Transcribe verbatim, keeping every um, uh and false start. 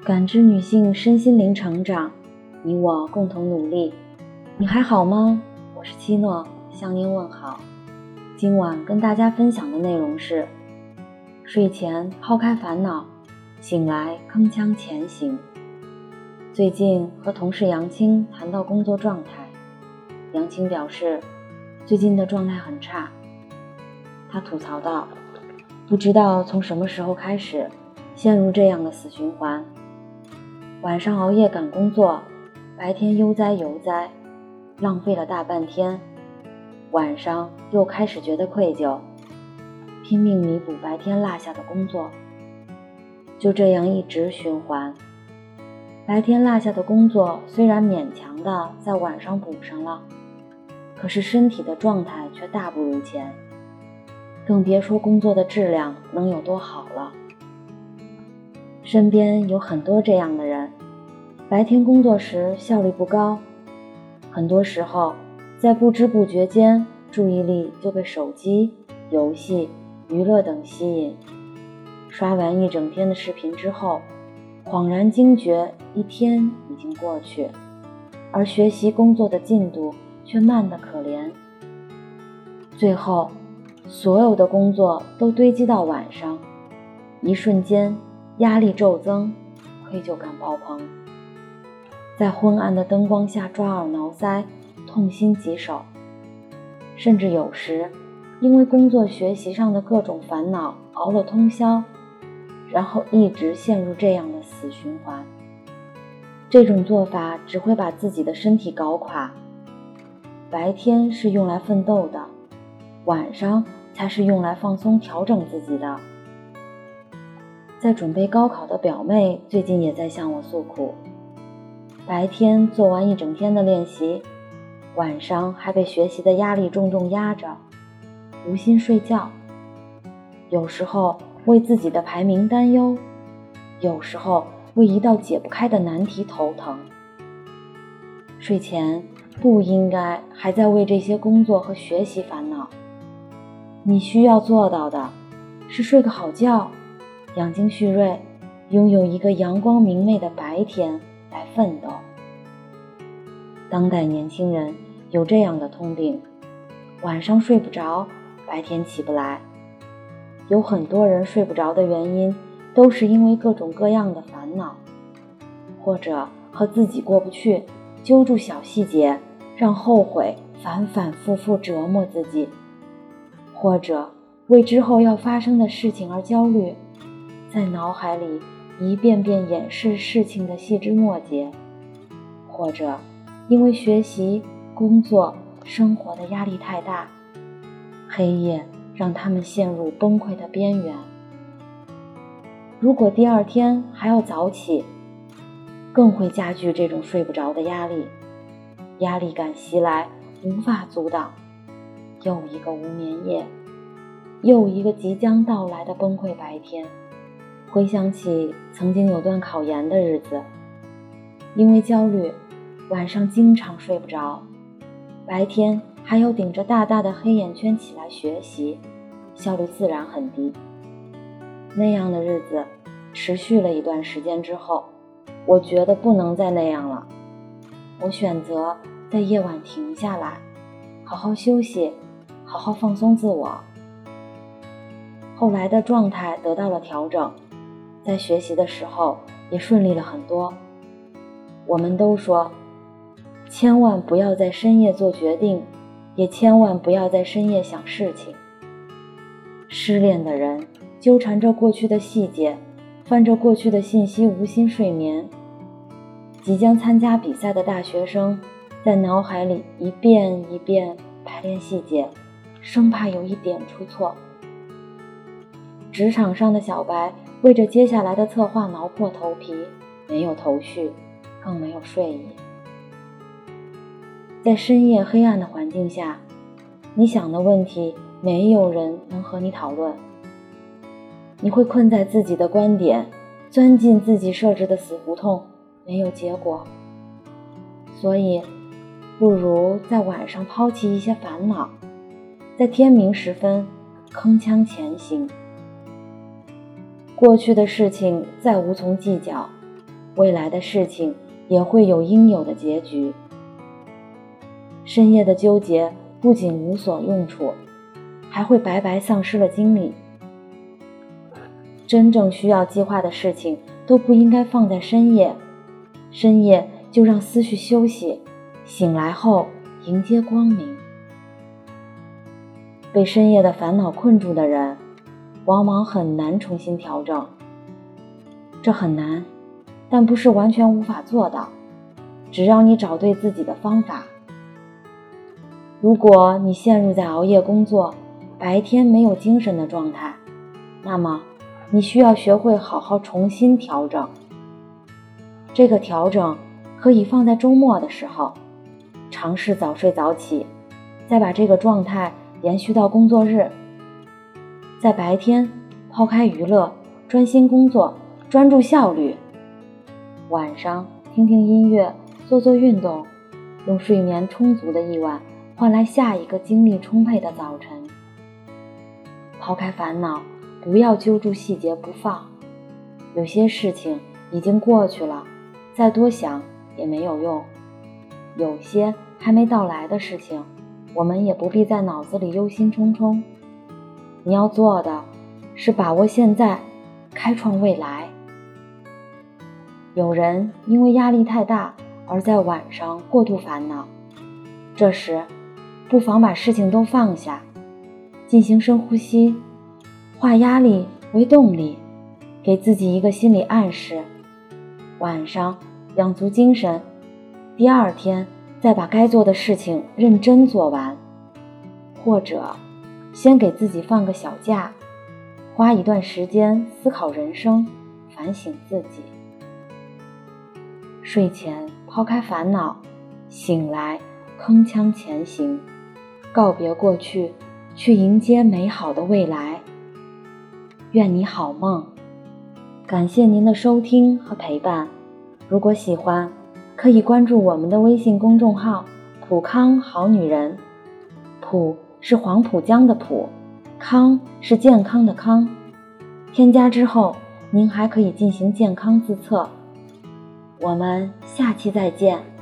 感知女性身心灵成长，你我共同努力。你还好吗？我是七诺，向您问好。今晚跟大家分享的内容是：睡前抛开烦恼，醒来铿锵前行。最近和同事杨青谈到工作状态，杨青表示最近的状态很差。他吐槽道，不知道从什么时候开始陷入这样的死循环，晚上熬夜赶工作，白天悠哉悠哉，浪费了大半天，晚上又开始觉得愧疚，拼命弥补白天落下的工作，就这样一直循环。白天落下的工作虽然勉强的在晚上补上了，可是身体的状态却大不如前，更别说工作的质量能有多好了。身边有很多这样的人，白天工作时效率不高，很多时候在不知不觉间，注意力就被手机、游戏、娱乐等吸引。刷完一整天的视频之后，恍然惊觉一天已经过去，而学习工作的进度却慢得可怜。最后所有的工作都堆积到晚上，一瞬间压力骤增，愧疚感爆棚，在昏暗的灯光下抓耳挠腮，痛心疾首，甚至有时因为工作学习上的各种烦恼熬了通宵，然后一直陷入这样的死循环。这种做法只会把自己的身体搞垮。白天是用来奋斗的，晚上才是用来放松调整自己的。在准备高考的表妹最近也在向我诉苦，白天做完一整天的练习，晚上还被学习的压力重重压着，无心睡觉。有时候为自己的排名担忧，有时候为一道解不开的难题头疼。睡前不应该还在为这些工作和学习烦恼，你需要做到的是睡个好觉，养精蓄锐，拥有一个阳光明媚的白天来奋斗。当代年轻人有这样的通病，晚上睡不着，白天起不来。有很多人睡不着的原因都是因为各种各样的烦恼，或者和自己过不去，揪住小细节，让后悔反反复复折磨自己，或者为之后要发生的事情而焦虑，在脑海里一遍遍演示事情的细枝末节，或者因为学习、工作、生活的压力太大，黑夜让他们陷入崩溃的边缘。如果第二天还要早起，更会加剧这种睡不着的压力，压力感袭来，无法阻挡，又一个无眠夜，又一个即将到来的崩溃白天。回想起曾经有段考研的日子，因为焦虑，晚上经常睡不着，白天还要顶着大大的黑眼圈起来学习，效率自然很低。那样的日子持续了一段时间之后，我觉得不能再那样了，我选择在夜晚停下来，好好休息，好好放松自我。后来的状态得到了调整，在学习的时候也顺利了很多。我们都说，千万不要在深夜做决定，也千万不要在深夜想事情。失恋的人纠缠着过去的细节，翻着过去的信息，无心睡眠。即将参加比赛的大学生在脑海里一遍一遍排练细节，生怕有一点出错。职场上的小白为着接下来的策划挠破头皮，没有头绪，更没有睡意。在深夜黑暗的环境下，你想的问题没有人能和你讨论，你会困在自己的观点，钻进自己设置的死胡同，没有结果。所以不如在晚上抛弃一些烦恼，在天明时分铿锵前行。过去的事情再无从计较， 未来的事情也会有应有的结局。深夜的纠结不仅无所用处，还会白白丧失了精力。真正需要计划的事情都不应该放在深夜，深夜就让思绪休息，醒来后迎接光明。被深夜的烦恼困住的人，往往很难重新调整。这很难，但不是完全无法做到，只要你找对自己的方法。如果你陷入在熬夜工作，白天没有精神的状态，那么你需要学会好好重新调整。这个调整可以放在周末的时候，尝试早睡早起，再把这个状态延续到工作日。在白天抛开娱乐，专心工作，专注效率。晚上听听音乐，做做运动，用睡眠充足的一晚换来下一个精力充沛的早晨。抛开烦恼，不要揪住细节不放。有些事情已经过去了，再多想也没有用。有些还没到来的事情，我们也不必在脑子里忧心忡忡。你要做的是把握现在，开创未来。有人因为压力太大而在晚上过度烦恼，这时不妨把事情都放下，进行深呼吸，化压力为动力，给自己一个心理暗示。晚上养足精神，第二天再把该做的事情认真做完。或者先给自己放个小假，花一段时间思考人生，反省自己。睡前抛开烦恼，醒来铿锵前行，告别过去，去迎接美好的未来。愿你好梦。感谢您的收听和陪伴，如果喜欢，可以关注我们的微信公众号普康好女人。普是黄浦江的浦，康是健康的康。添加之后，您还可以进行健康自测。我们下期再见。